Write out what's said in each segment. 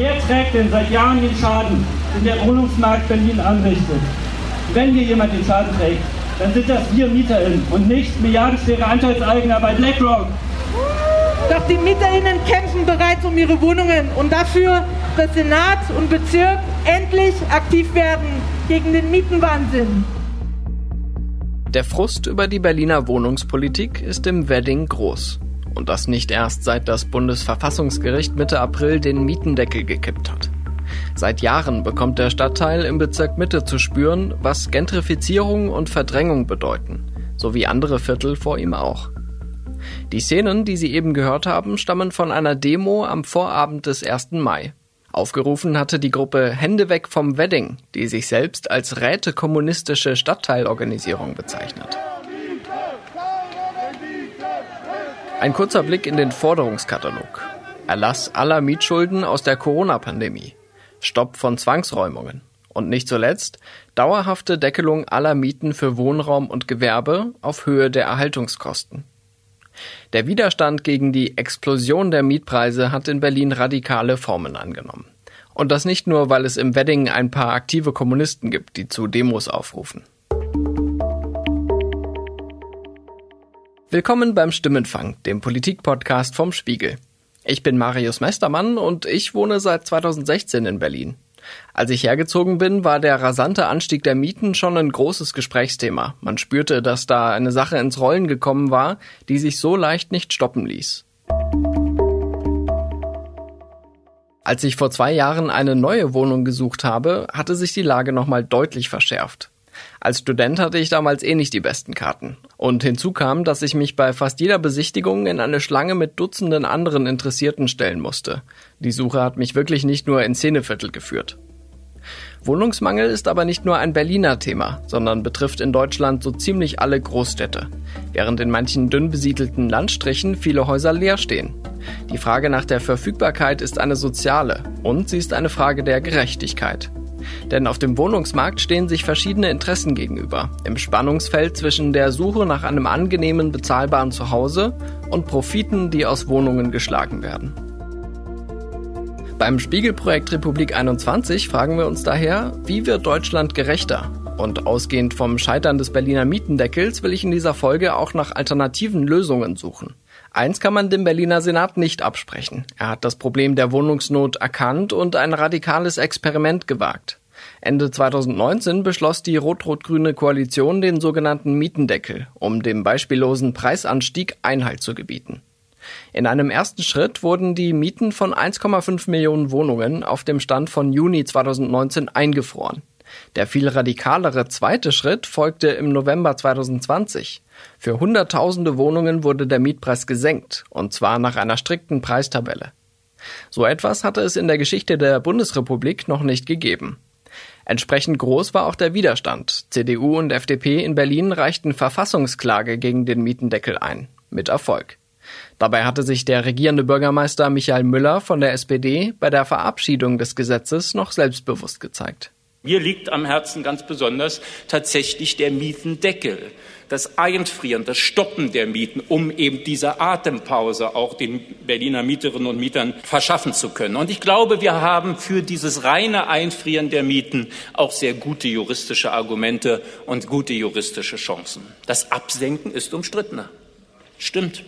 Wer trägt denn seit Jahren den Schaden, den der Wohnungsmarkt Berlin anrichtet? Wenn hier jemand den Schaden trägt, dann sind das wir MieterInnen und nicht milliardenschwere Anteilseigner bei BlackRock. Doch die MieterInnen kämpfen bereits um ihre Wohnungen und dafür, dass Senat und Bezirk endlich aktiv werden gegen den Mietenwahnsinn. Der Frust über die Berliner Wohnungspolitik ist im Wedding groß. Und das nicht erst seit das Bundesverfassungsgericht Mitte April den Mietendeckel gekippt hat. Seit Jahren bekommt der Stadtteil im Bezirk Mitte zu spüren, was Gentrifizierung und Verdrängung bedeuten, so wie andere Viertel vor ihm auch. Die Szenen, die Sie eben gehört haben, stammen von einer Demo am Vorabend des 1. Mai. Aufgerufen hatte die Gruppe Hände weg vom Wedding, die sich selbst als rätekommunistische Stadtteilorganisation bezeichnet. Ein kurzer Blick in den Forderungskatalog. Erlass aller Mietschulden aus der Corona-Pandemie. Stopp von Zwangsräumungen. Und nicht zuletzt dauerhafte Deckelung aller Mieten für Wohnraum und Gewerbe auf Höhe der Erhaltungskosten. Der Widerstand gegen die Explosion der Mietpreise hat in Berlin radikale Formen angenommen. Und das nicht nur, weil es im Wedding ein paar aktive Kommunisten gibt, die zu Demos aufrufen. Willkommen beim Stimmenfang, dem Politik-Podcast vom Spiegel. Ich bin Marius Mestermann und ich wohne seit 2016 in Berlin. Als ich hergezogen bin, war der rasante Anstieg der Mieten schon ein großes Gesprächsthema. Man spürte, dass da eine Sache ins Rollen gekommen war, die sich so leicht nicht stoppen ließ. Als ich vor 2 Jahren eine neue Wohnung gesucht habe, hatte sich die Lage nochmal deutlich verschärft. Als Student hatte ich damals nicht die besten Karten. Und hinzu kam, dass ich mich bei fast jeder Besichtigung in eine Schlange mit Dutzenden anderen Interessierten stellen musste. Die Suche hat mich wirklich nicht nur in Szeneviertel geführt. Wohnungsmangel ist aber nicht nur ein Berliner Thema, sondern betrifft in Deutschland so ziemlich alle Großstädte, während in manchen dünn besiedelten Landstrichen viele Häuser leer stehen. Die Frage nach der Verfügbarkeit ist eine soziale und sie ist eine Frage der Gerechtigkeit. Denn auf dem Wohnungsmarkt stehen sich verschiedene Interessen gegenüber, im Spannungsfeld zwischen der Suche nach einem angenehmen, bezahlbaren Zuhause und Profiten, die aus Wohnungen geschlagen werden. Beim Spiegelprojekt Republik 21 fragen wir uns daher, wie wird Deutschland gerechter? Und ausgehend vom Scheitern des Berliner Mietendeckels will ich in dieser Folge auch nach alternativen Lösungen suchen. Eins kann man dem Berliner Senat nicht absprechen. Er hat das Problem der Wohnungsnot erkannt und ein radikales Experiment gewagt. Ende 2019 beschloss die rot-rot-grüne Koalition den sogenannten Mietendeckel, um dem beispiellosen Preisanstieg Einhalt zu gebieten. In einem ersten Schritt wurden die Mieten von 1,5 Millionen Wohnungen auf dem Stand von Juni 2019 eingefroren. Der viel radikalere zweite Schritt folgte im November 2020. Für Hunderttausende Wohnungen wurde der Mietpreis gesenkt, und zwar nach einer strikten Preistabelle. So etwas hatte es in der Geschichte der Bundesrepublik noch nicht gegeben. Entsprechend groß war auch der Widerstand. CDU und FDP in Berlin reichten Verfassungsklage gegen den Mietendeckel ein. Mit Erfolg. Dabei hatte sich der regierende Bürgermeister Michael Müller von der SPD bei der Verabschiedung des Gesetzes noch selbstbewusst gezeigt. Mir liegt am Herzen ganz besonders tatsächlich der Mietendeckel, das Einfrieren, das Stoppen der Mieten, um eben diese Atempause auch den Berliner Mieterinnen und Mietern verschaffen zu können. Und ich glaube, wir haben für dieses reine Einfrieren der Mieten auch sehr gute juristische Argumente und gute juristische Chancen. Das Absenken ist umstrittener. Stimmt.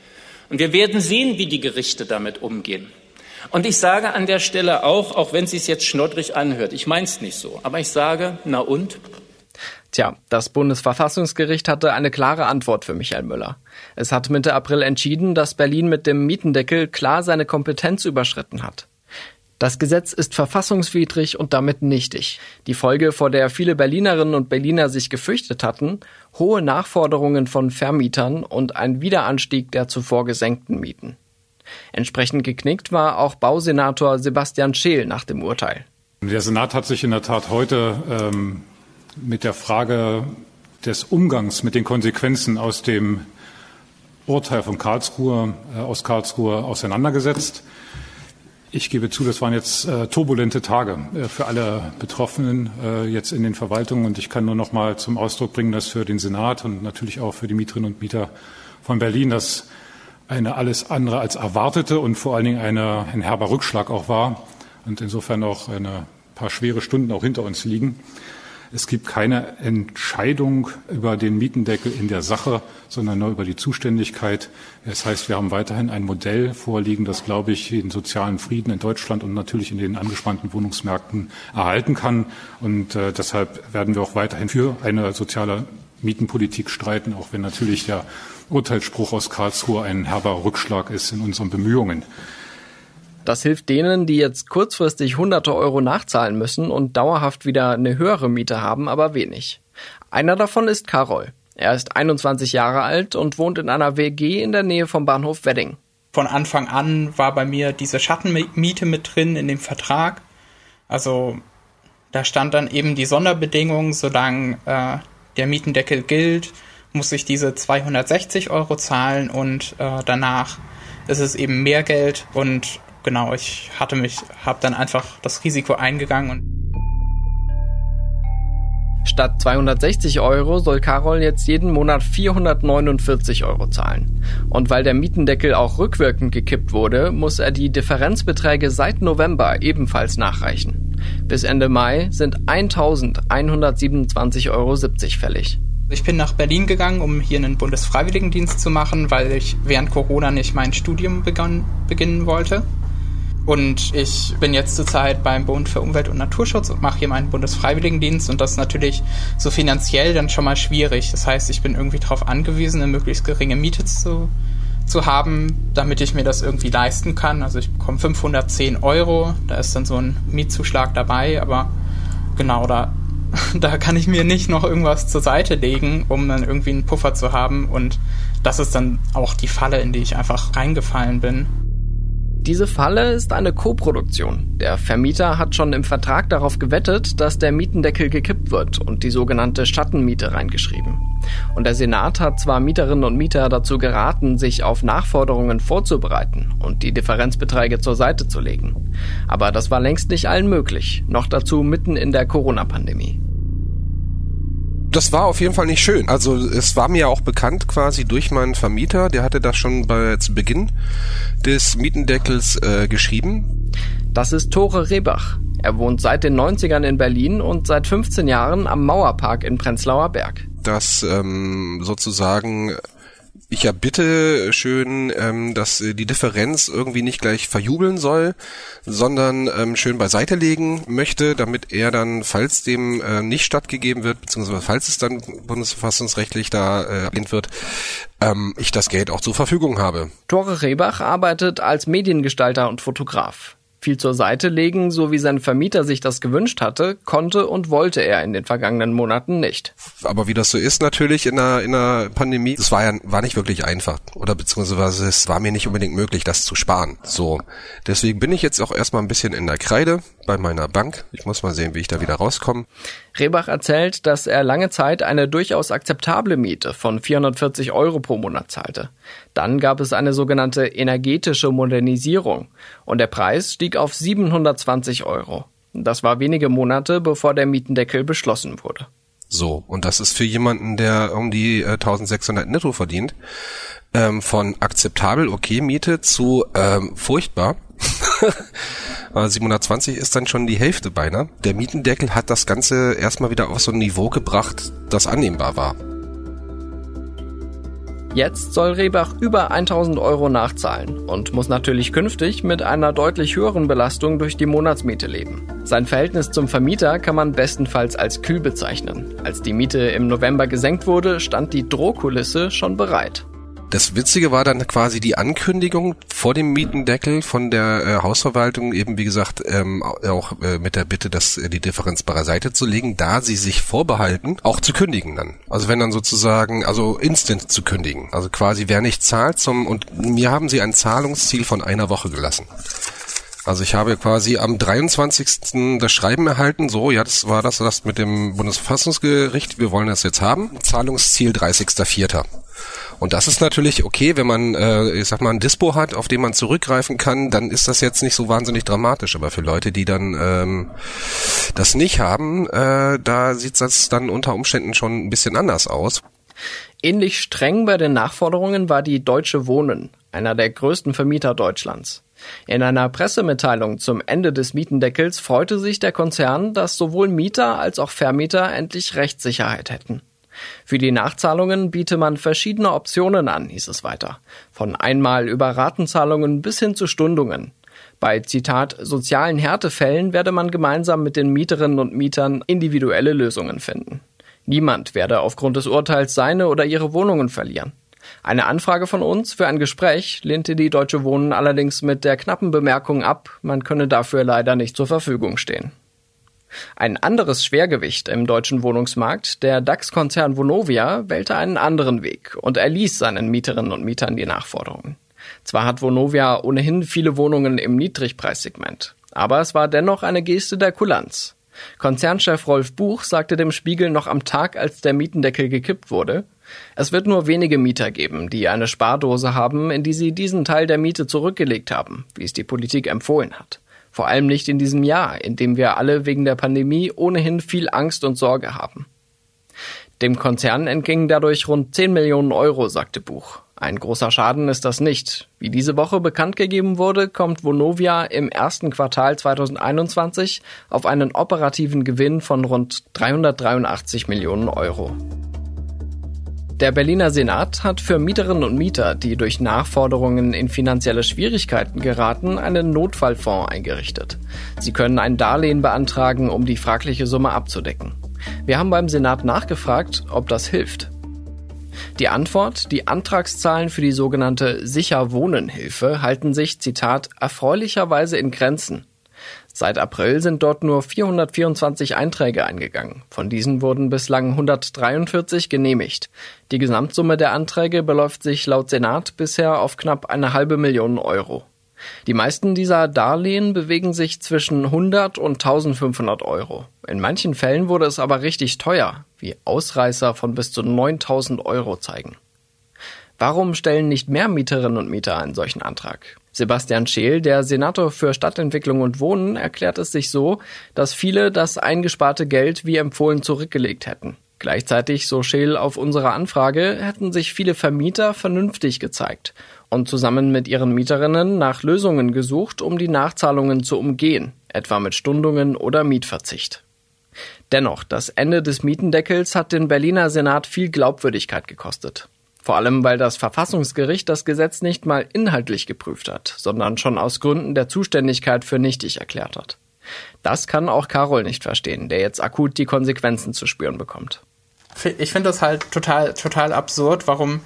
Und wir werden sehen, wie die Gerichte damit umgehen. Und ich sage an der Stelle auch wenn es sich jetzt schnoddrig anhört, ich meine es nicht so, aber ich sage, na und? Tja, das Bundesverfassungsgericht hatte eine klare Antwort für Michael Müller. Es hat Mitte April entschieden, dass Berlin mit dem Mietendeckel klar seine Kompetenz überschritten hat. Das Gesetz ist verfassungswidrig und damit nichtig. Die Folge, vor der viele Berlinerinnen und Berliner sich gefürchtet hatten, hohe Nachforderungen von Vermietern und ein Wiederanstieg der zuvor gesenkten Mieten. Entsprechend geknickt war auch Bausenator Sebastian Scheel nach dem Urteil. Der Senat hat sich in der Tat heute mit der Frage des Umgangs mit den Konsequenzen aus dem Urteil von Karlsruhe auseinandergesetzt. Ich gebe zu, das waren jetzt turbulente Tage für alle Betroffenen jetzt in den Verwaltungen. Und ich kann nur noch mal zum Ausdruck bringen, dass für den Senat und natürlich auch für die Mieterinnen und Mieter von Berlin das eine alles andere als erwartete und vor allen Dingen ein herber Rückschlag auch war. und insofern auch ein paar schwere Stunden auch hinter uns liegen. Es gibt keine Entscheidung über den Mietendeckel in der Sache, sondern nur über die Zuständigkeit. Das heißt, wir haben weiterhin ein Modell vorliegen, das, glaube ich, den sozialen Frieden in Deutschland und natürlich in den angespannten Wohnungsmärkten erhalten kann. Und deshalb werden wir auch weiterhin für eine soziale Mietenpolitik streiten, auch wenn natürlich der Urteilsspruch aus Karlsruhe ein herber Rückschlag ist in unseren Bemühungen. Das hilft denen, die jetzt kurzfristig hunderte Euro nachzahlen müssen und dauerhaft wieder eine höhere Miete haben, aber wenig. Einer davon ist Karol. Er ist 21 Jahre alt und wohnt in einer WG in der Nähe vom Bahnhof Wedding. Von Anfang an war bei mir diese Schattenmiete mit drin in dem Vertrag. Also da stand dann eben die Sonderbedingung, solange der Mietendeckel gilt, muss ich diese 260 Euro zahlen und danach ist es eben mehr Geld und genau, ich habe dann einfach das Risiko eingegangen. Statt 260 Euro soll Karol jetzt jeden Monat 449 Euro zahlen. Und weil der Mietendeckel auch rückwirkend gekippt wurde, muss er die Differenzbeträge seit November ebenfalls nachreichen. Bis Ende Mai sind 1.127,70 Euro fällig. Ich bin nach Berlin gegangen, um hier einen Bundesfreiwilligendienst zu machen, weil ich während Corona nicht mein Studium beginnen wollte. Und ich bin jetzt zurzeit beim Bund für Umwelt und Naturschutz und mache hier meinen Bundesfreiwilligendienst und das ist natürlich so finanziell dann schon mal schwierig. Das heißt, ich bin irgendwie darauf angewiesen, eine möglichst geringe Miete zu haben, damit ich mir das irgendwie leisten kann. Also ich bekomme 510 Euro, da ist dann so ein Mietzuschlag dabei, aber genau, da kann ich mir nicht noch irgendwas zur Seite legen, um dann irgendwie einen Puffer zu haben und das ist dann auch die Falle, in die ich einfach reingefallen bin. Diese Falle ist eine Koproduktion. Der Vermieter hat schon im Vertrag darauf gewettet, dass der Mietendeckel gekippt wird und die sogenannte Schattenmiete reingeschrieben. Und der Senat hat zwar Mieterinnen und Mieter dazu geraten, sich auf Nachforderungen vorzubereiten und die Differenzbeträge zur Seite zu legen. Aber das war längst nicht allen möglich, noch dazu mitten in der Corona-Pandemie. Das war auf jeden Fall nicht schön. Also es war mir auch bekannt quasi durch meinen Vermieter, der hatte das schon zu Beginn des Mietendeckels geschrieben. Das ist Tore Rehbach. Er wohnt seit den 90ern in Berlin und seit 15 Jahren am Mauerpark in Prenzlauer Berg. Dass sozusagen ich ja bitte schön, dass die Differenz irgendwie nicht gleich verjubeln soll, sondern schön beiseite legen möchte, damit er dann, falls dem nicht stattgegeben wird, beziehungsweise falls es dann bundesverfassungsrechtlich da abgelehnt wird, ich das Geld auch zur Verfügung habe. Tore Rehbach arbeitet als Mediengestalter und Fotograf. Viel zur Seite legen, so wie sein Vermieter sich das gewünscht hatte, konnte und wollte er in den vergangenen Monaten nicht. Aber wie das so ist natürlich in der Pandemie, es war nicht wirklich einfach. Oder beziehungsweise es war mir nicht unbedingt möglich, das zu sparen. So, deswegen bin ich jetzt auch erstmal ein bisschen in der Kreide bei meiner Bank. Ich muss mal sehen, wie ich da wieder rauskomme. Rehbach erzählt, dass er lange Zeit eine durchaus akzeptable Miete von 440 Euro pro Monat zahlte. Dann gab es eine sogenannte energetische Modernisierung und der Preis stieg auf 720 Euro. Das war wenige Monate, bevor der Mietendeckel beschlossen wurde. So, und das ist für jemanden, der um die 1.600 netto verdient, von akzeptabel, okay, Miete zu furchtbar. 720 ist dann schon die Hälfte beinahe. Der Mietendeckel hat das Ganze erstmal wieder auf so ein Niveau gebracht, das annehmbar war. Jetzt soll Rehbach über 1.000 Euro nachzahlen und muss natürlich künftig mit einer deutlich höheren Belastung durch die Monatsmiete leben. Sein Verhältnis zum Vermieter kann man bestenfalls als kühl bezeichnen. Als die Miete im November gesenkt wurde, stand die Drohkulisse schon bereit. Das Witzige war dann quasi die Ankündigung vor dem Mietendeckel von der Hausverwaltung, eben wie gesagt auch mit der Bitte, die Differenz beiseite zu legen, da sie sich vorbehalten, auch zu kündigen dann. Also wenn dann sozusagen, also instant zu kündigen. Also quasi wer nicht zahlt und mir haben sie ein Zahlungsziel von einer Woche gelassen. Also ich habe quasi am 23. das Schreiben erhalten, so, ja, das war das mit dem Bundesverfassungsgericht, wir wollen das jetzt haben. Zahlungsziel 30.04. Und das ist natürlich okay, wenn man, ein Dispo hat, auf den man zurückgreifen kann, dann ist das jetzt nicht so wahnsinnig dramatisch. Aber für Leute, die dann das nicht haben, da sieht das dann unter Umständen schon ein bisschen anders aus. Ähnlich streng bei den Nachforderungen war die Deutsche Wohnen, einer der größten Vermieter Deutschlands. In einer Pressemitteilung zum Ende des Mietendeckels freute sich der Konzern, dass sowohl Mieter als auch Vermieter endlich Rechtssicherheit hätten. Für die Nachzahlungen biete man verschiedene Optionen an, hieß es weiter. Von einmal über Ratenzahlungen bis hin zu Stundungen. Bei, Zitat, sozialen Härtefällen werde man gemeinsam mit den Mieterinnen und Mietern individuelle Lösungen finden. Niemand werde aufgrund des Urteils seine oder ihre Wohnungen verlieren. Eine Anfrage von uns für ein Gespräch lehnte die Deutsche Wohnen allerdings mit der knappen Bemerkung ab, man könne dafür leider nicht zur Verfügung stehen. Ein anderes Schwergewicht im deutschen Wohnungsmarkt, der DAX-Konzern Vonovia, wählte einen anderen Weg und erließ seinen Mieterinnen und Mietern die Nachforderungen. Zwar hat Vonovia ohnehin viele Wohnungen im Niedrigpreissegment, aber es war dennoch eine Geste der Kulanz. Konzernchef Rolf Buch sagte dem Spiegel noch am Tag, als der Mietendeckel gekippt wurde: Es wird nur wenige Mieter geben, die eine Spardose haben, in die sie diesen Teil der Miete zurückgelegt haben, wie es die Politik empfohlen hat. Vor allem nicht in diesem Jahr, in dem wir alle wegen der Pandemie ohnehin viel Angst und Sorge haben. Dem Konzern entgingen dadurch rund 10 Millionen Euro, sagte Buch. Ein großer Schaden ist das nicht. Wie diese Woche bekannt gegeben wurde, kommt Vonovia im ersten Quartal 2021 auf einen operativen Gewinn von rund 383 Millionen Euro. Der Berliner Senat hat für Mieterinnen und Mieter, die durch Nachforderungen in finanzielle Schwierigkeiten geraten, einen Notfallfonds eingerichtet. Sie können ein Darlehen beantragen, um die fragliche Summe abzudecken. Wir haben beim Senat nachgefragt, ob das hilft. Die Antwort: Die Antragszahlen für die sogenannte Sicher-Wohnen-Hilfe halten sich, Zitat, erfreulicherweise in Grenzen. Seit April sind dort nur 424 Einträge eingegangen. Von diesen wurden bislang 143 genehmigt. Die Gesamtsumme der Anträge beläuft sich laut Senat bisher auf knapp 500.000 Euro. Die meisten dieser Darlehen bewegen sich zwischen 100 und 1.500 Euro. In manchen Fällen wurde es aber richtig teuer, wie Ausreißer von bis zu 9.000 Euro zeigen. Warum stellen nicht mehr Mieterinnen und Mieter einen solchen Antrag? Sebastian Scheel, der Senator für Stadtentwicklung und Wohnen, erklärt es sich so, dass viele das eingesparte Geld wie empfohlen zurückgelegt hätten. Gleichzeitig, so Scheel auf unsere Anfrage, hätten sich viele Vermieter vernünftig gezeigt und zusammen mit ihren Mieterinnen nach Lösungen gesucht, um die Nachzahlungen zu umgehen, etwa mit Stundungen oder Mietverzicht. Dennoch, das Ende des Mietendeckels hat den Berliner Senat viel Glaubwürdigkeit gekostet. Vor allem, weil das Verfassungsgericht das Gesetz nicht mal inhaltlich geprüft hat, sondern schon aus Gründen der Zuständigkeit für nichtig erklärt hat. Das kann auch Carol nicht verstehen, der jetzt akut die Konsequenzen zu spüren bekommt. Ich finde das halt total absurd, warum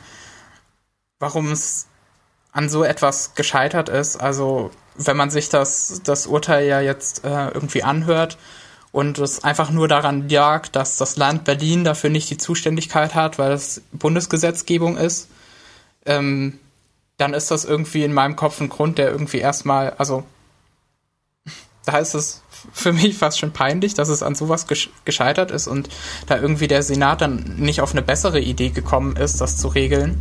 es an so etwas gescheitert ist. Also wenn man sich das Urteil ja jetzt irgendwie anhört und es einfach nur daran lag, dass das Land Berlin dafür nicht die Zuständigkeit hat, weil es Bundesgesetzgebung ist, dann ist das irgendwie in meinem Kopf ein Grund, der irgendwie erstmal, also da ist es für mich fast schon peinlich, dass es an sowas gescheitert ist und da irgendwie der Senat dann nicht auf eine bessere Idee gekommen ist, das zu regeln.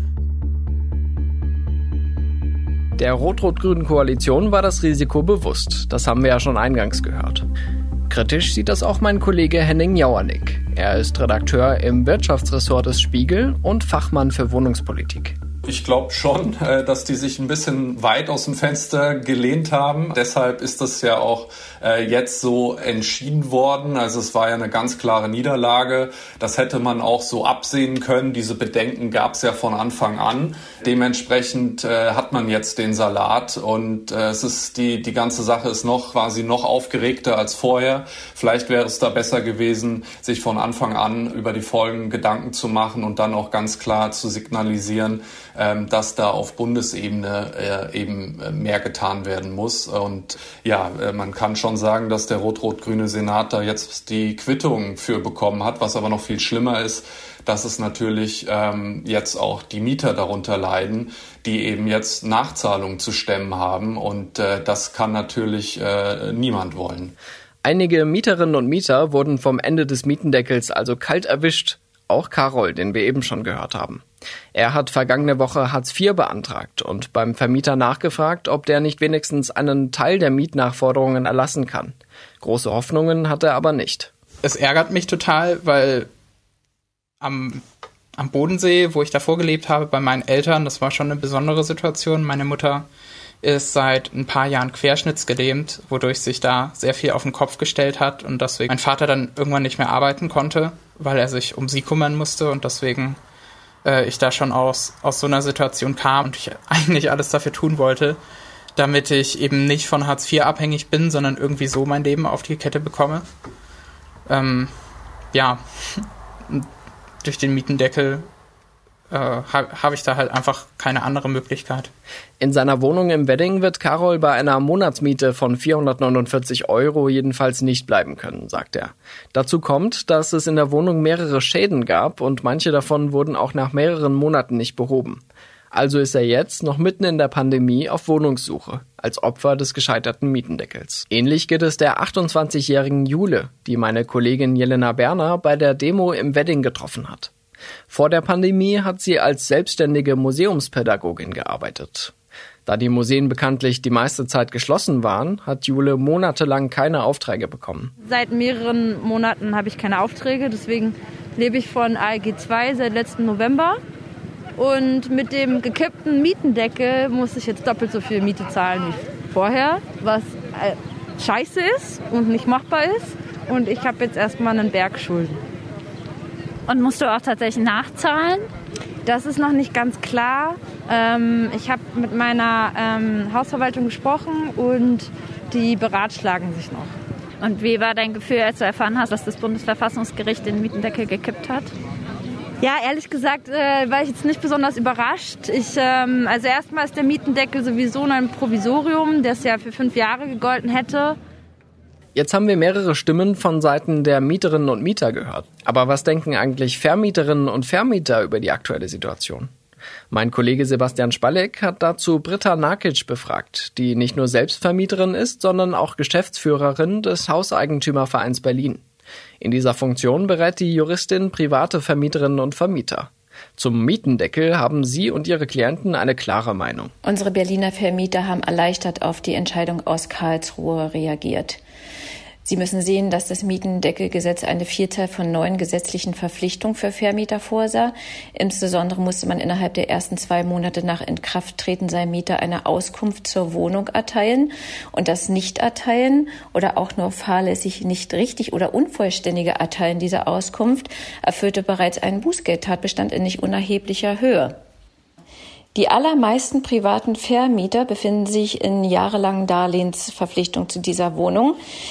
Der rot-rot-grünen Koalition war das Risiko bewusst. Das haben wir ja schon eingangs gehört. Kritisch sieht das auch mein Kollege Henning Jauernick. Er ist Redakteur im Wirtschaftsressort des Spiegel und Fachmann für Wohnungspolitik. Ich glaube schon, dass die sich ein bisschen weit aus dem Fenster gelehnt haben. Deshalb ist das ja auch jetzt so entschieden worden. Also es war ja eine ganz klare Niederlage. Das hätte man auch so absehen können. Diese Bedenken gab es ja von Anfang an. Dementsprechend hat man jetzt den Salat und es ist die ganze Sache ist noch aufgeregter als vorher. Vielleicht wäre es da besser gewesen, sich von Anfang an über die Folgen Gedanken zu machen und dann auch ganz klar zu signalisieren, dass da auf Bundesebene eben mehr getan werden muss. Und ja, man kann schon sagen, dass der rot-rot-grüne Senat da jetzt die Quittung für bekommen hat. Was aber noch viel schlimmer ist, dass es natürlich jetzt auch die Mieter darunter leiden, die eben jetzt Nachzahlungen zu stemmen haben. Und das kann natürlich niemand wollen. Einige Mieterinnen und Mieter wurden vom Ende des Mietendeckels also kalt erwischt. Auch Carol, den wir eben schon gehört haben. Er hat vergangene Woche Hartz IV beantragt und beim Vermieter nachgefragt, ob der nicht wenigstens einen Teil der Mietnachforderungen erlassen kann. Große Hoffnungen hat er aber nicht. Es ärgert mich total, weil am Bodensee, wo ich davor gelebt habe, bei meinen Eltern, das war schon eine besondere Situation. Meine Mutter ist seit ein paar Jahren querschnittsgelähmt, wodurch sich da sehr viel auf den Kopf gestellt hat und deswegen mein Vater dann irgendwann nicht mehr arbeiten konnte, weil er sich um sie kümmern musste und deswegen ich da schon aus so einer Situation kam und ich eigentlich alles dafür tun wollte, damit ich eben nicht von Hartz IV abhängig bin, sondern irgendwie so mein Leben auf die Kette bekomme. Durch den Mietendeckel habe ich da halt einfach keine andere Möglichkeit. In seiner Wohnung im Wedding wird Karol bei einer Monatsmiete von 449 € jedenfalls nicht bleiben können, sagt er. Dazu kommt, dass es in der Wohnung mehrere Schäden gab und manche davon wurden auch nach mehreren Monaten nicht behoben. Also ist er jetzt noch mitten in der Pandemie auf Wohnungssuche, als Opfer des gescheiterten Mietendeckels. Ähnlich geht es der 28-jährigen Jule, die meine Kollegin Jelena Berner bei der Demo im Wedding getroffen hat. Vor der Pandemie hat sie als selbstständige Museumspädagogin gearbeitet. Da die Museen bekanntlich die meiste Zeit geschlossen waren, hat Jule monatelang keine Aufträge bekommen. Seit mehreren Monaten habe ich keine Aufträge, deswegen lebe ich von ALG II seit letzten November. Und mit dem gekippten Mietendeckel muss ich jetzt doppelt so viel Miete zahlen wie vorher, was scheiße ist und nicht machbar ist. Und ich habe jetzt erstmal einen Berg Schulden. Und musst du auch tatsächlich nachzahlen? Das ist noch nicht ganz klar. Ich habe mit meiner Hausverwaltung gesprochen und die beratschlagen sich noch. Und wie war dein Gefühl, als du erfahren hast, dass das Bundesverfassungsgericht den Mietendeckel gekippt hat? Ja, ehrlich gesagt war ich jetzt nicht besonders überrascht. Also erstmal ist der Mietendeckel sowieso ein Provisorium, das ja für 5 Jahre gegolten hätte. Jetzt haben wir mehrere Stimmen von Seiten der Mieterinnen und Mieter gehört. Aber was denken eigentlich Vermieterinnen und Vermieter über die aktuelle Situation? Mein Kollege Sebastian Spalleck hat dazu Britta Nakic befragt, die nicht nur Selbstvermieterin ist, sondern auch Geschäftsführerin des Hauseigentümervereins Berlin. In dieser Funktion berät die Juristin private Vermieterinnen und Vermieter. Zum Mietendeckel haben sie und ihre Klienten eine klare Meinung. Unsere Berliner Vermieter haben erleichtert auf die Entscheidung aus Karlsruhe reagiert. Sie müssen sehen, dass das Mietendeckelgesetz eine Vielzahl von neuen gesetzlichen Verpflichtungen für Vermieter vorsah. Insbesondere musste man innerhalb der ersten 2 Monate nach Inkrafttreten seinem Mieter eine Auskunft zur Wohnung erteilen. Und das Nicht-Erteilen oder auch nur fahrlässig nicht richtig oder unvollständige Erteilen dieser Auskunft erfüllte bereits einen Bußgeldtatbestand in nicht unerheblicher Höhe. Die allermeisten privaten Vermieter befinden sich in jahrelangen Darlehensverpflichtungen zu dieser Wohnung.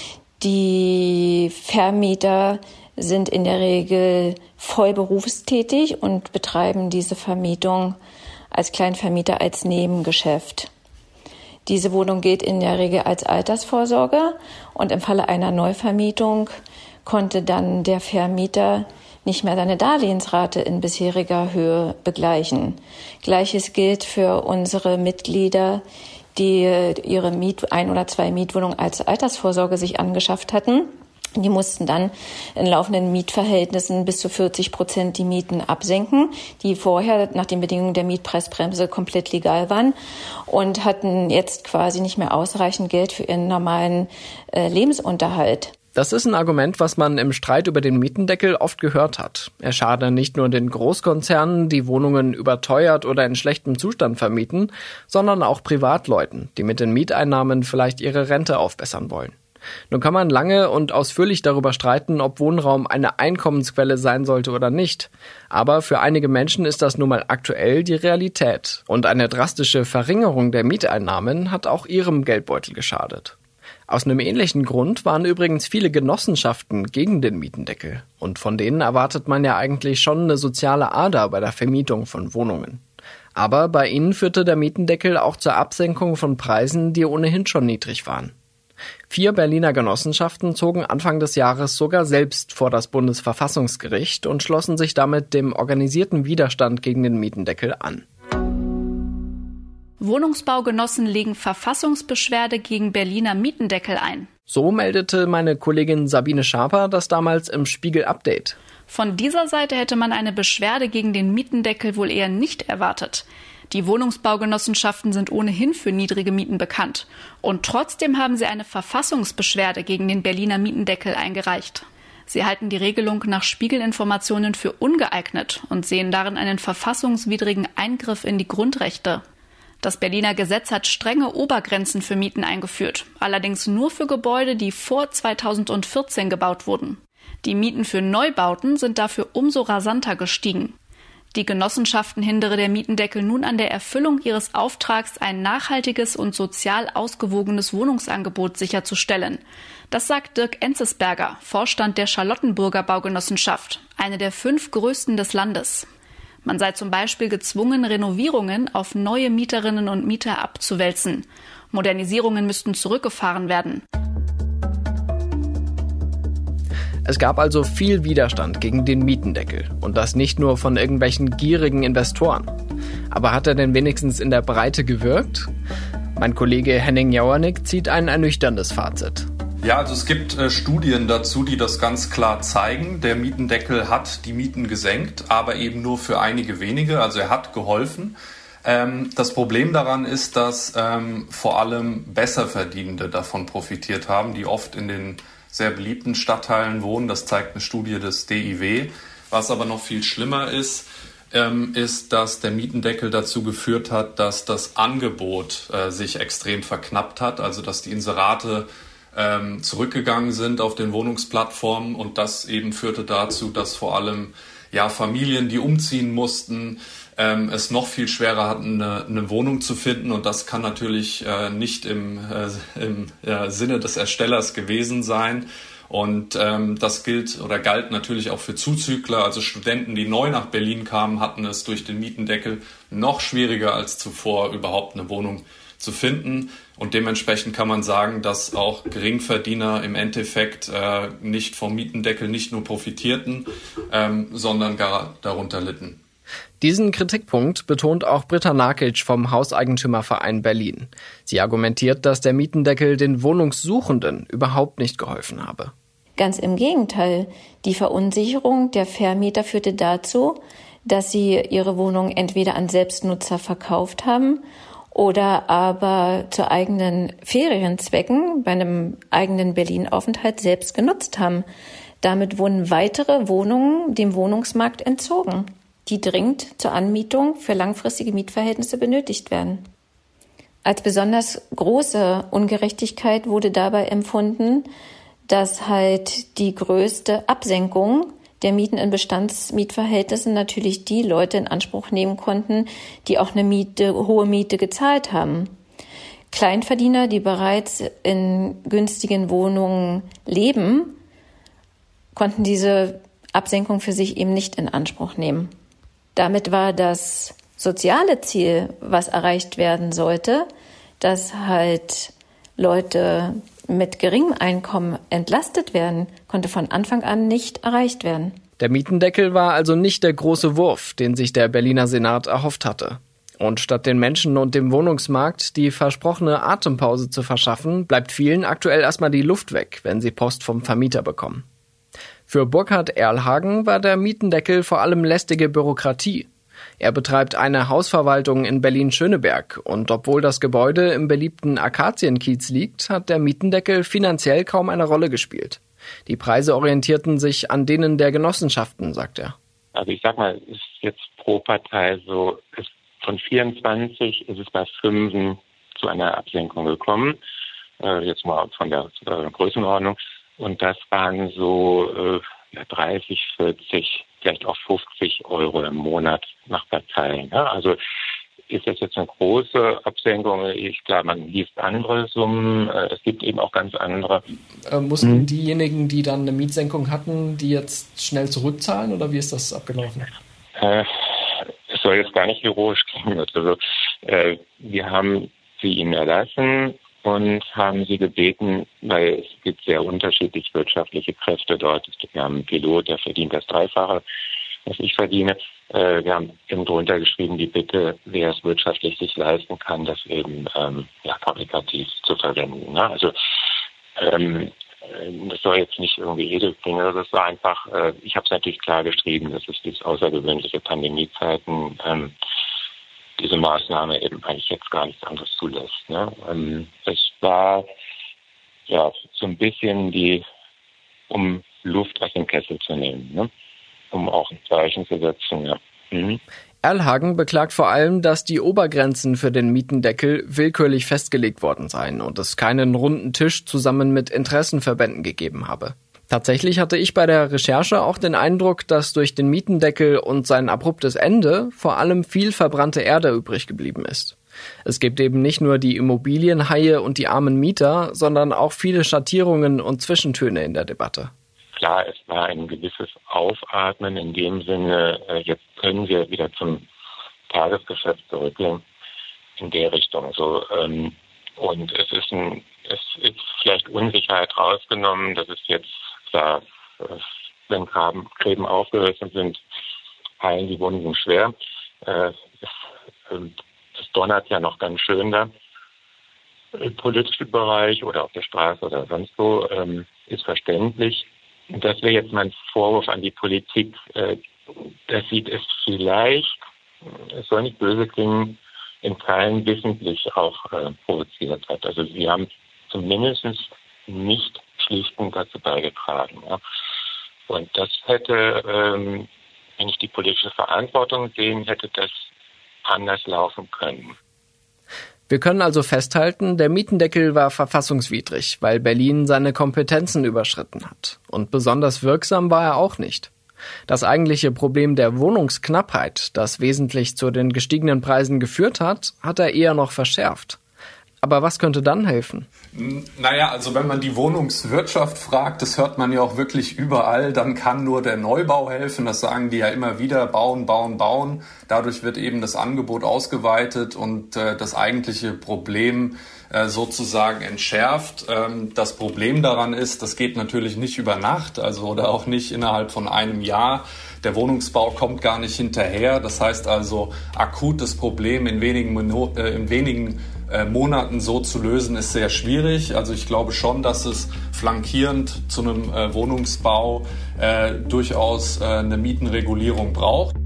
Die Vermieter sind in der Regel voll berufstätig und betreiben diese Vermietung als Kleinvermieter als Nebengeschäft. Diese Wohnung gilt in der Regel als Altersvorsorge und im Falle einer Neuvermietung konnte dann der Vermieter nicht mehr seine Darlehensrate in bisheriger Höhe begleichen. Gleiches gilt für unsere Mitglieder, die ihre 1 oder 2 Mietwohnungen als Altersvorsorge sich angeschafft hatten. Die mussten dann in laufenden Mietverhältnissen bis zu 40% die Mieten absenken, die vorher nach den Bedingungen der Mietpreisbremse komplett legal waren und hatten jetzt quasi nicht mehr ausreichend Geld für ihren normalen Lebensunterhalt. Das ist ein Argument, was man im Streit über den Mietendeckel oft gehört hat. Er schade nicht nur den Großkonzernen, die Wohnungen überteuert oder in schlechtem Zustand vermieten, sondern auch Privatleuten, die mit den Mieteinnahmen vielleicht ihre Rente aufbessern wollen. Nun kann man lange und ausführlich darüber streiten, ob Wohnraum eine Einkommensquelle sein sollte oder nicht. Aber für einige Menschen ist das nun mal aktuell die Realität. Und eine drastische Verringerung der Mieteinnahmen hat auch ihrem Geldbeutel geschadet. Aus einem ähnlichen Grund waren übrigens viele Genossenschaften gegen den Mietendeckel. Und von denen erwartet man ja eigentlich schon eine soziale Ader bei der Vermietung von Wohnungen. Aber bei ihnen führte der Mietendeckel auch zur Absenkung von Preisen, die ohnehin schon niedrig waren. 4 Berliner Genossenschaften zogen Anfang des Jahres sogar selbst vor das Bundesverfassungsgericht und schlossen sich damit dem organisierten Widerstand gegen den Mietendeckel an. Wohnungsbaugenossen legen Verfassungsbeschwerde gegen Berliner Mietendeckel ein. So meldete meine Kollegin Sabine Schaper das damals im Spiegel Update. Von dieser Seite hätte man eine Beschwerde gegen den Mietendeckel wohl eher nicht erwartet. Die Wohnungsbaugenossenschaften sind ohnehin für niedrige Mieten bekannt. Und trotzdem haben sie eine Verfassungsbeschwerde gegen den Berliner Mietendeckel eingereicht. Sie halten die Regelung nach Spiegelinformationen für ungeeignet und sehen darin einen verfassungswidrigen Eingriff in die Grundrechte. Das Berliner Gesetz hat strenge Obergrenzen für Mieten eingeführt, allerdings nur für Gebäude, die vor 2014 gebaut wurden. Die Mieten für Neubauten sind dafür umso rasanter gestiegen. Die Genossenschaften hindere der Mietendeckel nun an der Erfüllung ihres Auftrags, ein nachhaltiges und sozial ausgewogenes Wohnungsangebot sicherzustellen. Das sagt Dirk Enzesberger, Vorstand der Charlottenburger Baugenossenschaft, eine der 5 größten des Landes. Man sei zum Beispiel gezwungen, Renovierungen auf neue Mieterinnen und Mieter abzuwälzen. Modernisierungen müssten zurückgefahren werden. Es gab also viel Widerstand gegen den Mietendeckel. Und das nicht nur von irgendwelchen gierigen Investoren. Aber hat er denn wenigstens in der Breite gewirkt? Mein Kollege Henning Jauernick zieht ein ernüchterndes Fazit. Ja, also es gibt Studien dazu, die das ganz klar zeigen. Der Mietendeckel hat die Mieten gesenkt, aber eben nur für einige wenige. Also er hat geholfen. Das Problem daran ist, dass vor allem Besserverdienende davon profitiert haben, die oft in den sehr beliebten Stadtteilen wohnen. Das zeigt eine Studie des DIW. Was aber noch viel schlimmer ist, ist, dass der Mietendeckel dazu geführt hat, dass das Angebot sich extrem verknappt hat. Also dass die Inserate zurückgegangen sind auf den Wohnungsplattformen. Und das eben führte dazu, dass vor allem Familien, die umziehen mussten, es noch viel schwerer hatten, eine Wohnung zu finden. Und das kann natürlich nicht im Sinne des Erstellers gewesen sein. Und das galt natürlich auch für Zuzügler, also Studenten, die neu nach Berlin kamen, hatten es durch den Mietendeckel noch schwieriger als zuvor, überhaupt eine Wohnung zu finden. Und dementsprechend kann man sagen, dass auch Geringverdiener im Endeffekt nicht vom Mietendeckel nicht nur profitierten, sondern gar darunter litten. Diesen Kritikpunkt betont auch Britta Nakic vom Hauseigentümerverein Berlin. Sie argumentiert, dass der Mietendeckel den Wohnungssuchenden überhaupt nicht geholfen habe. Ganz im Gegenteil. Die Verunsicherung der Vermieter führte dazu, dass sie ihre Wohnung entweder an Selbstnutzer verkauft haben oder aber zu eigenen Ferienzwecken bei einem eigenen Berlin-Aufenthalt selbst genutzt haben. Damit wurden weitere Wohnungen dem Wohnungsmarkt entzogen, die dringend zur Anmietung für langfristige Mietverhältnisse benötigt werden. Als besonders große Ungerechtigkeit wurde dabei empfunden, dass halt die größte Absenkung der Mieten in Bestandsmietverhältnissen natürlich die Leute in Anspruch nehmen konnten, die auch eine hohe Miete gezahlt haben. Kleinverdiener, die bereits in günstigen Wohnungen leben, konnten diese Absenkung für sich eben nicht in Anspruch nehmen. Damit war das soziale Ziel, was erreicht werden sollte, dass halt Leute mit geringem Einkommen entlastet werden, konnte von Anfang an nicht erreicht werden. Der Mietendeckel war also nicht der große Wurf, den sich der Berliner Senat erhofft hatte. Und statt den Menschen und dem Wohnungsmarkt die versprochene Atempause zu verschaffen, bleibt vielen aktuell erstmal die Luft weg, wenn sie Post vom Vermieter bekommen. Für Burkhard Erlhagen war der Mietendeckel vor allem lästige Bürokratie. Er betreibt eine Hausverwaltung in Berlin-Schöneberg und obwohl das Gebäude im beliebten Akazienkiez liegt, hat der Mietendeckel finanziell kaum eine Rolle gespielt. Die Preise orientierten sich an denen der Genossenschaften, sagt er. Also ich sag mal, ist jetzt pro Partei so, von 24 ist es bei 5 zu einer Absenkung gekommen, jetzt mal von der Größenordnung. Und das waren so 30, 40, vielleicht auch 50 Euro im Monat nach Partei. Ne? Also ist das jetzt eine große Absenkung? Klar, man liest andere Summen, es gibt eben auch ganz andere. Mussten diejenigen, die dann eine Mietsenkung hatten, die jetzt schnell zurückzahlen oder wie ist das abgelaufen? Es soll jetzt gar nicht heroisch klingen. Also, wir haben sie ihnen erlassen und haben sie gebeten, weil es gibt sehr unterschiedlich wirtschaftliche Kräfte dort. Wir haben einen Pilot, der verdient das Dreifache, was ich verdiene. Wir haben eben drunter geschrieben, die Bitte, wer es wirtschaftlich sich leisten kann, das eben fabrikativ zu verwenden. Ne? Also das soll jetzt nicht irgendwie edel klingen, das war einfach, ich habe es natürlich klar geschrieben, dass es diese außergewöhnliche Pandemiezeiten diese Maßnahme eben eigentlich jetzt gar nichts anderes zulässt. Ne? Es war ja so ein bisschen um Luft aus dem Kessel zu nehmen, ne? Um auch ein Zeichen zu setzen. Ja. Erlhagen beklagt vor allem, dass die Obergrenzen für den Mietendeckel willkürlich festgelegt worden seien und es keinen runden Tisch zusammen mit Interessenverbänden gegeben habe. Tatsächlich hatte ich bei der Recherche auch den Eindruck, dass durch den Mietendeckel und sein abruptes Ende vor allem viel verbrannte Erde übrig geblieben ist. Es gibt eben nicht nur die Immobilienhaie und die armen Mieter, sondern auch viele Schattierungen und Zwischentöne in der Debatte. Klar, es war ein gewisses Aufatmen in dem Sinne, jetzt können wir wieder zum Tagesgeschäft zurückgehen in der Richtung. Und es ist vielleicht Unsicherheit rausgenommen, dass es jetzt klar, wenn Gräben aufgerissen sind, heilen die Wunden schwer. Es donnert ja noch ganz schön da im politischen Bereich oder auf der Straße oder sonst wo, ist verständlich. Das wäre jetzt mein Vorwurf an die Politik, dass sie es vielleicht, es soll nicht böse klingen, in Teilen wissentlich auch provoziert hat. Also sie haben zumindest nicht schlichtend dazu beigetragen. Ja. Und das hätte, wenn ich die politische Verantwortung sehen, hätte das anders laufen können. Wir können also festhalten, der Mietendeckel war verfassungswidrig, weil Berlin seine Kompetenzen überschritten hat. Und besonders wirksam war er auch nicht. Das eigentliche Problem der Wohnungsknappheit, das wesentlich zu den gestiegenen Preisen geführt hat, hat er eher noch verschärft. Aber was könnte dann helfen? Naja, also wenn man die Wohnungswirtschaft fragt, das hört man ja auch wirklich überall, dann kann nur der Neubau helfen. Das sagen die ja immer wieder, bauen, bauen, bauen. Dadurch wird eben das Angebot ausgeweitet und das eigentliche Problem sozusagen entschärft. Das Problem daran ist, das geht natürlich nicht über Nacht, also oder auch nicht innerhalb von einem Jahr. Der Wohnungsbau kommt gar nicht hinterher. Das heißt also, akutes Problem in wenigen Monaten so zu lösen, ist sehr schwierig. Also ich glaube schon, dass es flankierend zu einem Wohnungsbau durchaus eine Mietenregulierung braucht.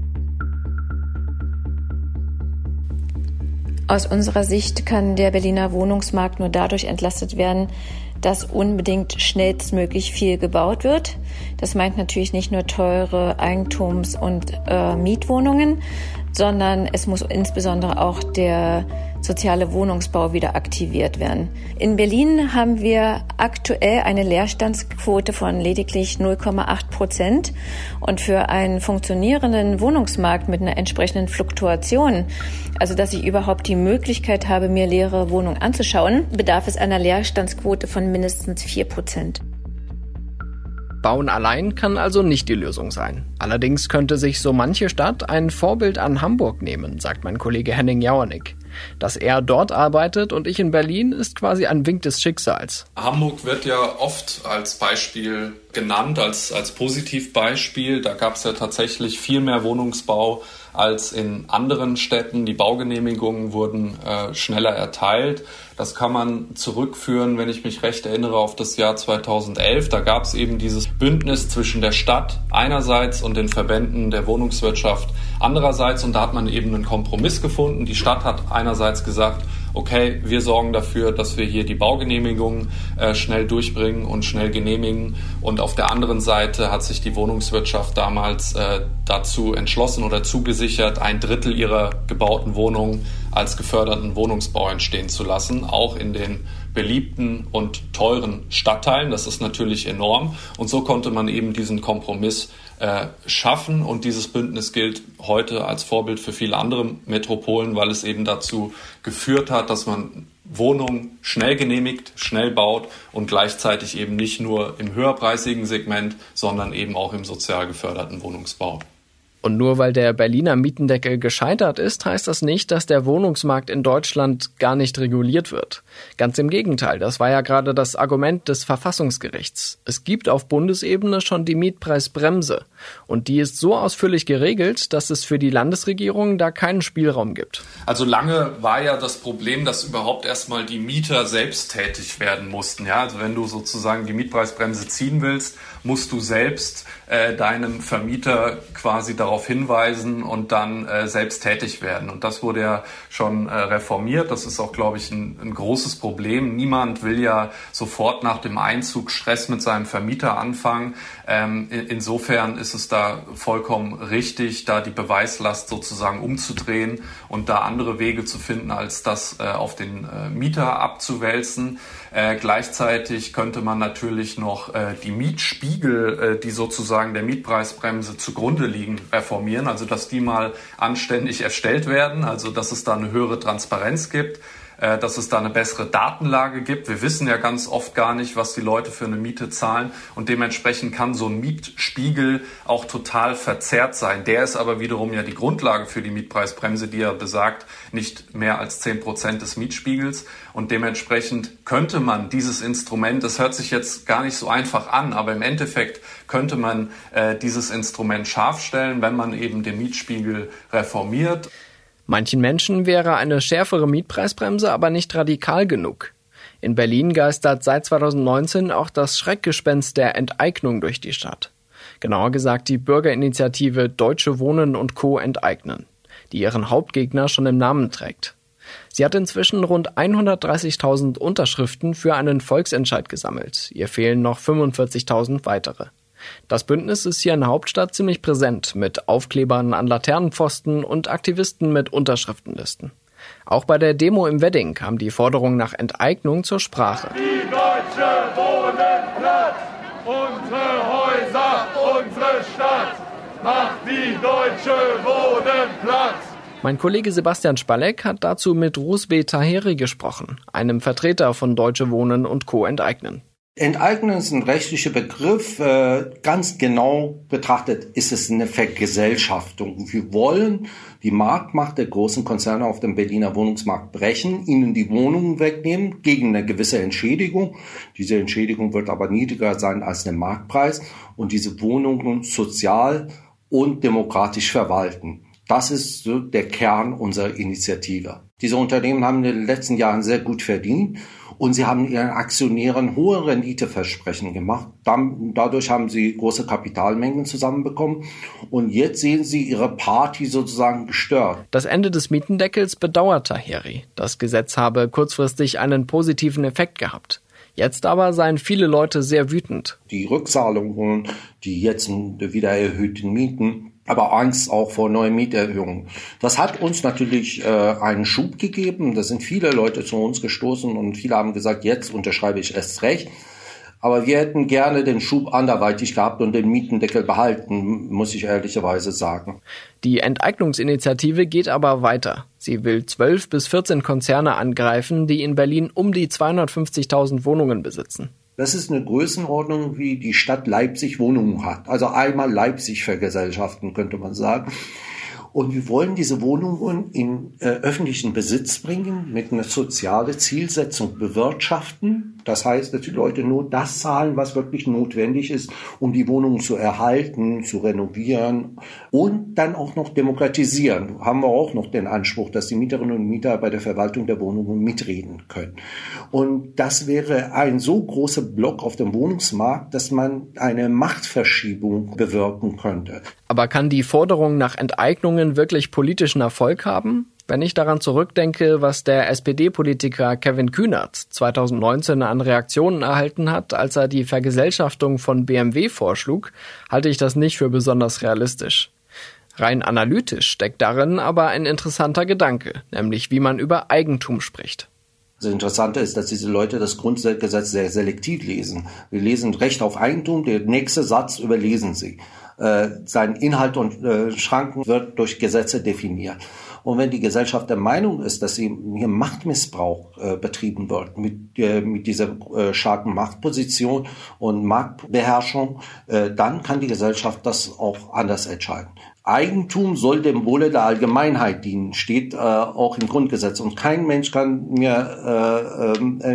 Aus unserer Sicht kann der Berliner Wohnungsmarkt nur dadurch entlastet werden, dass unbedingt schnellstmöglich viel gebaut wird. Das meint natürlich nicht nur teure Eigentums- und Mietwohnungen, sondern es muss insbesondere auch der soziale Wohnungsbau wieder aktiviert werden. In Berlin haben wir aktuell eine Leerstandsquote von lediglich 0,8%. Und für einen funktionierenden Wohnungsmarkt mit einer entsprechenden Fluktuation, also dass ich überhaupt die Möglichkeit habe, mir leere Wohnungen anzuschauen, bedarf es einer Leerstandsquote von mindestens 4%. Bauen allein kann also nicht die Lösung sein. Allerdings könnte sich so manche Stadt ein Vorbild an Hamburg nehmen, sagt mein Kollege Henning Jauernick. Dass er dort arbeitet und ich in Berlin, ist quasi ein Wink des Schicksals. Hamburg wird ja oft als Beispiel genannt, als Positivbeispiel. Da gab es ja tatsächlich viel mehr Wohnungsbau als in anderen Städten. Die Baugenehmigungen wurden schneller erteilt. Das kann man zurückführen, wenn ich mich recht erinnere, auf das Jahr 2011. Da gab es eben dieses Bündnis zwischen der Stadt einerseits und den Verbänden der Wohnungswirtschaft andererseits. Und da hat man eben einen Kompromiss gefunden. Die Stadt hat einerseits gesagt, okay, wir sorgen dafür, dass wir hier die Baugenehmigungen schnell durchbringen und schnell genehmigen. Und auf der anderen Seite hat sich die Wohnungswirtschaft damals dazu entschlossen oder zugesichert, 1/3 ihrer gebauten Wohnungen als geförderten Wohnungsbau entstehen zu lassen, auch in den beliebten und teuren Stadtteilen. Das ist natürlich enorm. Und so konnte man eben diesen Kompromiss schaffen. Und dieses Bündnis gilt heute als Vorbild für viele andere Metropolen, weil es eben dazu geführt hat, dass man Wohnungen schnell genehmigt, schnell baut und gleichzeitig eben nicht nur im höherpreisigen Segment, sondern eben auch im sozial geförderten Wohnungsbau. Und nur weil der Berliner Mietendeckel gescheitert ist, heißt das nicht, dass der Wohnungsmarkt in Deutschland gar nicht reguliert wird. Ganz im Gegenteil, das war ja gerade das Argument des Verfassungsgerichts. Es gibt auf Bundesebene schon die Mietpreisbremse. Und die ist so ausführlich geregelt, dass es für die Landesregierung da keinen Spielraum gibt. Also lange war ja das Problem, dass überhaupt erstmal die Mieter selbst tätig werden mussten. Ja, also wenn du sozusagen die Mietpreisbremse ziehen willst, musst du selbst deinem Vermieter quasi darauf hinweisen und dann selbst tätig werden. Und das wurde ja schon reformiert. Das ist auch, glaube ich, ein großes Problem. Niemand will ja sofort nach dem Einzug Stress mit seinem Vermieter anfangen. Insofern ist ist es da vollkommen richtig, da die Beweislast sozusagen umzudrehen und da andere Wege zu finden, als das auf den Mieter abzuwälzen. Gleichzeitig könnte man natürlich noch die Mietspiegel, die sozusagen der Mietpreisbremse zugrunde liegen, reformieren. Also dass die mal anständig erstellt werden, also dass es da eine höhere Transparenz gibt, dass es da eine bessere Datenlage gibt. Wir wissen ja ganz oft gar nicht, was die Leute für eine Miete zahlen und dementsprechend kann so ein Mietspiegel auch total verzerrt sein. Der ist aber wiederum ja die Grundlage für die Mietpreisbremse, die ja besagt, nicht mehr als 10% des Mietspiegels und dementsprechend könnte man dieses Instrument, das hört sich jetzt gar nicht so einfach an, aber im Endeffekt könnte man dieses Instrument scharf stellen, wenn man eben den Mietspiegel reformiert. Manchen Menschen wäre eine schärfere Mietpreisbremse aber nicht radikal genug. In Berlin geistert seit 2019 auch das Schreckgespenst der Enteignung durch die Stadt. Genauer gesagt die Bürgerinitiative Deutsche Wohnen und Co. enteignen, die ihren Hauptgegner schon im Namen trägt. Sie hat inzwischen rund 130.000 Unterschriften für einen Volksentscheid gesammelt. Ihr fehlen noch 45.000 weitere. Das Bündnis ist hier in der Hauptstadt ziemlich präsent, mit Aufklebern an Laternenpfosten und Aktivisten mit Unterschriftenlisten. Auch bei der Demo im Wedding kam die Forderung nach Enteignung zur Sprache. Die Deutsche wohnen platt, unsere Häuser, unsere Stadt, macht die Deutsche wohnen platt. Mein Kollege Sebastian Spalleck hat dazu mit Rusbe Taheri gesprochen, einem Vertreter von Deutsche Wohnen und Co. enteignen. Enteignen ist ein rechtlicher Begriff. Ganz genau betrachtet ist es eine Vergesellschaftung. Wir wollen die Marktmacht der großen Konzerne auf dem Berliner Wohnungsmarkt brechen, ihnen die Wohnungen wegnehmen gegen eine gewisse Entschädigung. Diese Entschädigung wird aber niedriger sein als der Marktpreis und diese Wohnungen sozial und demokratisch verwalten. Das ist so der Kern unserer Initiative. Diese Unternehmen haben in den letzten Jahren sehr gut verdient und sie haben ihren Aktionären hohe Renditeversprechen gemacht. Dadurch haben sie große Kapitalmengen zusammenbekommen und jetzt sehen sie ihre Party sozusagen gestört. Das Ende des Mietendeckels bedauert Taheri. Das Gesetz habe kurzfristig einen positiven Effekt gehabt. Jetzt aber seien viele Leute sehr wütend. Die Rückzahlungen, die jetzt wieder erhöhten Mieten, aber Angst auch vor neuen Mieterhöhungen. Das hat uns natürlich einen Schub gegeben. Da sind viele Leute zu uns gestoßen und viele haben gesagt, jetzt unterschreibe ich erst recht. Aber wir hätten gerne den Schub anderweitig gehabt und den Mietendeckel behalten, muss ich ehrlicherweise sagen. Die Enteignungsinitiative geht aber weiter. Sie will 12 bis 14 Konzerne angreifen, die in Berlin um die 250.000 Wohnungen besitzen. Das ist eine Größenordnung, wie die Stadt Leipzig Wohnungen hat. Also einmal Leipzig vergesellschaften, könnte man sagen. Und wir wollen diese Wohnungen in öffentlichen Besitz bringen, mit einer sozialen Zielsetzung bewirtschaften. Das heißt, dass die Leute nur das zahlen, was wirklich notwendig ist, um die Wohnungen zu erhalten, zu renovieren und dann auch noch demokratisieren. Haben wir auch noch den Anspruch, dass die Mieterinnen und Mieter bei der Verwaltung der Wohnungen mitreden können. Und das wäre ein so großer Block auf dem Wohnungsmarkt, dass man eine Machtverschiebung bewirken könnte. Aber kann die Forderung nach Enteignungen wirklich politischen Erfolg haben? Wenn ich daran zurückdenke, was der SPD-Politiker Kevin Kühnert 2019 an Reaktionen erhalten hat, als er die Vergesellschaftung von BMW vorschlug, halte ich das nicht für besonders realistisch. Rein analytisch steckt darin aber ein interessanter Gedanke, nämlich wie man über Eigentum spricht. Das Interessante ist, dass diese Leute das Grundgesetz sehr selektiv lesen. Wir lesen Recht auf Eigentum, der nächste Satz überlesen sie. Sein Inhalt und Schranken wird durch Gesetze definiert. Und wenn die Gesellschaft der Meinung ist, dass hier Machtmissbrauch betrieben wird mit dieser starken Machtposition und Marktbeherrschung, dann kann die Gesellschaft das auch anders entscheiden. Eigentum soll dem Wohle der Allgemeinheit dienen, steht auch im Grundgesetz. Und kein Mensch kann mir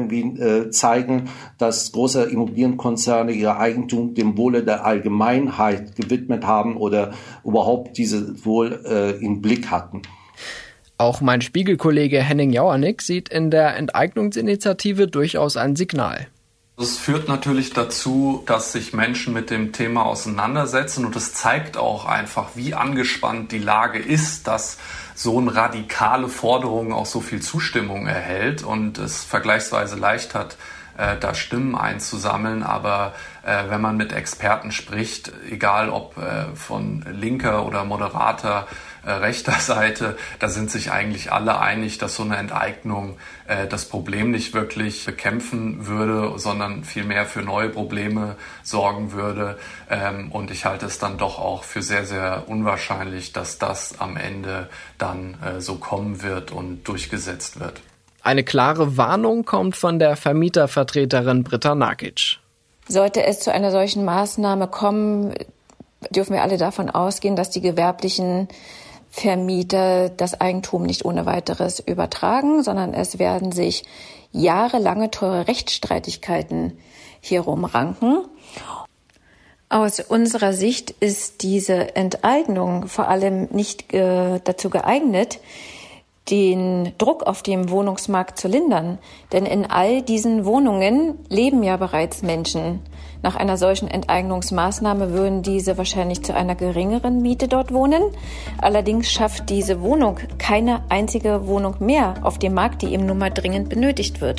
zeigen, dass große Immobilienkonzerne ihr Eigentum dem Wohle der Allgemeinheit gewidmet haben oder überhaupt dieses Wohl im Blick hatten. Auch mein Spiegelkollege Henning Jauernick sieht in der Enteignungsinitiative durchaus ein Signal. Es führt natürlich dazu, dass sich Menschen mit dem Thema auseinandersetzen und es zeigt auch einfach, wie angespannt die Lage ist, dass so eine radikale Forderung auch so viel Zustimmung erhält und es vergleichsweise leicht hat, da Stimmen einzusammeln. Aber wenn man mit Experten spricht, egal ob von linker oder moderater rechter Seite, da sind sich eigentlich alle einig, dass so eine Enteignung das Problem nicht wirklich bekämpfen würde, sondern vielmehr für neue Probleme sorgen würde. Und ich halte es dann doch auch für sehr, sehr unwahrscheinlich, dass das am Ende dann so kommen wird und durchgesetzt wird. Eine klare Warnung kommt von der Vermietervertreterin Britta Nakic. Sollte es zu einer solchen Maßnahme kommen, dürfen wir alle davon ausgehen, dass die gewerblichen Vermieter das Eigentum nicht ohne weiteres übertragen, sondern es werden sich jahrelange teure Rechtsstreitigkeiten hier rumranken. Aus unserer Sicht ist diese Enteignung vor allem nicht dazu geeignet, den Druck auf dem Wohnungsmarkt zu lindern. Denn in all diesen Wohnungen leben ja bereits Menschen. Nach einer solchen Enteignungsmaßnahme würden diese wahrscheinlich zu einer geringeren Miete dort wohnen. Allerdings schafft diese Wohnung keine einzige Wohnung mehr auf dem Markt, die eben nun mal dringend benötigt wird.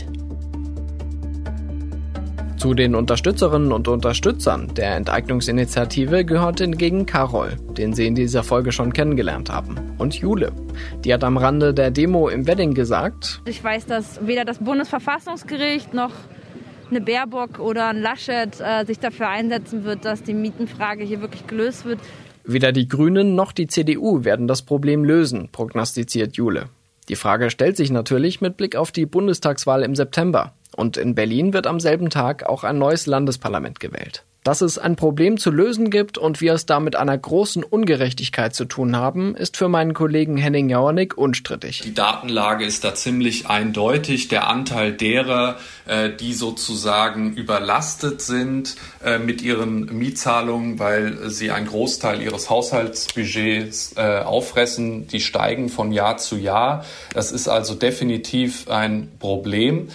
Zu den Unterstützerinnen und Unterstützern der Enteignungsinitiative gehört hingegen Carol, den Sie in dieser Folge schon kennengelernt haben, und Jule. Die hat am Rande der Demo im Wedding gesagt: Ich weiß, dass weder das Bundesverfassungsgericht noch eine Baerbock oder ein Laschet sich dafür einsetzen wird, dass die Mietenfrage hier wirklich gelöst wird. Weder die Grünen noch die CDU werden das Problem lösen, prognostiziert Jule. Die Frage stellt sich natürlich mit Blick auf die Bundestagswahl im September. Und in Berlin wird am selben Tag auch ein neues Landesparlament gewählt. Dass es ein Problem zu lösen gibt und wir es da mit einer großen Ungerechtigkeit zu tun haben, ist für meinen Kollegen Henning Jauernick unstrittig. Die Datenlage ist da ziemlich eindeutig. Der Anteil derer, die sozusagen überlastet sind mit ihren Mietzahlungen, weil sie einen Großteil ihres Haushaltsbudgets auffressen, die steigen von Jahr zu Jahr. Das ist also definitiv ein Problem.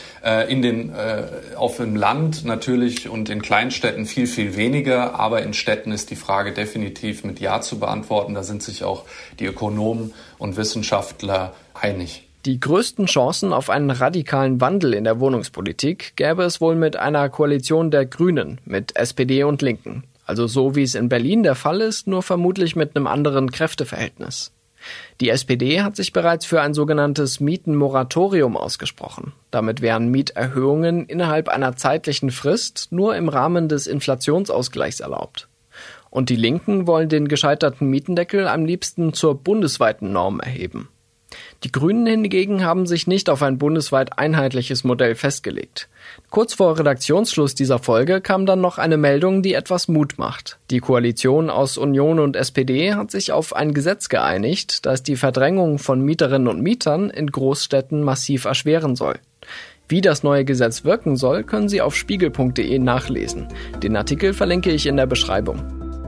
Auf dem Land natürlich und in Kleinstädten viel weniger, aber in Städten ist die Frage definitiv mit Ja zu beantworten. Da sind sich auch die Ökonomen und Wissenschaftler einig. Die größten Chancen auf einen radikalen Wandel in der Wohnungspolitik gäbe es wohl mit einer Koalition der Grünen, mit SPD und Linken. Also so wie es in Berlin der Fall ist, nur vermutlich mit einem anderen Kräfteverhältnis. Die SPD hat sich bereits für ein sogenanntes Mietenmoratorium ausgesprochen. Damit wären Mieterhöhungen innerhalb einer zeitlichen Frist nur im Rahmen des Inflationsausgleichs erlaubt. Und die Linken wollen den gescheiterten Mietendeckel am liebsten zur bundesweiten Norm erheben. Die Grünen hingegen haben sich nicht auf ein bundesweit einheitliches Modell festgelegt. Kurz vor Redaktionsschluss dieser Folge kam dann noch eine Meldung, die etwas Mut macht. Die Koalition aus Union und SPD hat sich auf ein Gesetz geeinigt, das die Verdrängung von Mieterinnen und Mietern in Großstädten massiv erschweren soll. Wie das neue Gesetz wirken soll, können Sie auf spiegel.de nachlesen. Den Artikel verlinke ich in der Beschreibung.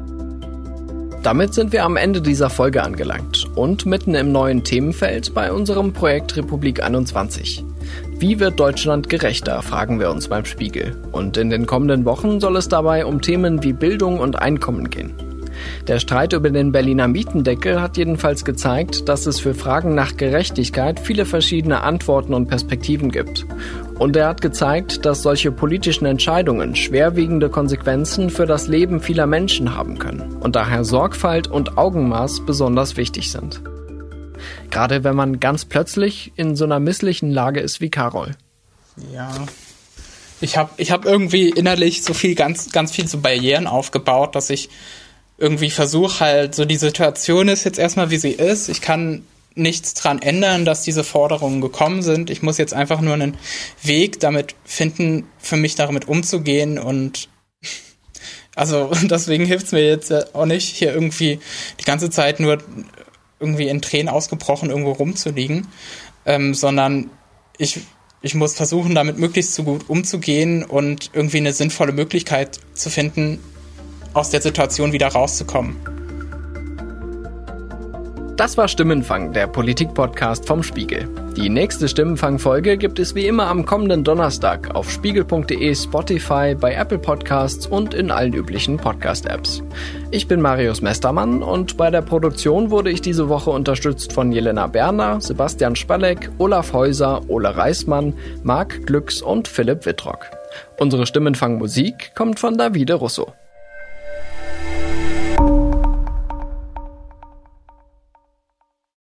Damit sind wir am Ende dieser Folge angelangt und mitten im neuen Themenfeld bei unserem Projekt Republik 21. Wie wird Deutschland gerechter, fragen wir uns beim Spiegel. Und in den kommenden Wochen soll es dabei um Themen wie Bildung und Einkommen gehen. Der Streit über den Berliner Mietendeckel hat jedenfalls gezeigt, dass es für Fragen nach Gerechtigkeit viele verschiedene Antworten und Perspektiven gibt. Und er hat gezeigt, dass solche politischen Entscheidungen schwerwiegende Konsequenzen für das Leben vieler Menschen haben können und daher Sorgfalt und Augenmaß besonders wichtig sind. Gerade wenn man ganz plötzlich in so einer misslichen Lage ist wie Carol. Ja, ich hab irgendwie innerlich ganz viel so Barrieren aufgebaut, dass ich irgendwie versuche halt, so die Situation ist jetzt erstmal wie sie ist. Ich kann nichts dran ändern, dass diese Forderungen gekommen sind. Ich muss jetzt einfach nur einen Weg damit finden, für mich damit umzugehen und also deswegen hilft es mir jetzt auch nicht, hier irgendwie die ganze Zeit nur irgendwie in Tränen ausgebrochen irgendwo rumzuliegen, sondern ich muss versuchen, damit möglichst so gut umzugehen und irgendwie eine sinnvolle Möglichkeit zu finden, aus der Situation wieder rauszukommen. Das war Stimmenfang, der Politik-Podcast vom Spiegel. Die nächste Stimmenfang-Folge gibt es wie immer am kommenden Donnerstag auf spiegel.de, Spotify, bei Apple Podcasts und in allen üblichen Podcast-Apps. Ich bin Marius Mestermann und bei der Produktion wurde ich diese Woche unterstützt von Jelena Berner, Sebastian Spalleck, Olaf Häuser, Ole Reismann, Marc Glücks und Philipp Wittrock. Unsere Stimmenfangmusik kommt von Davide Russo.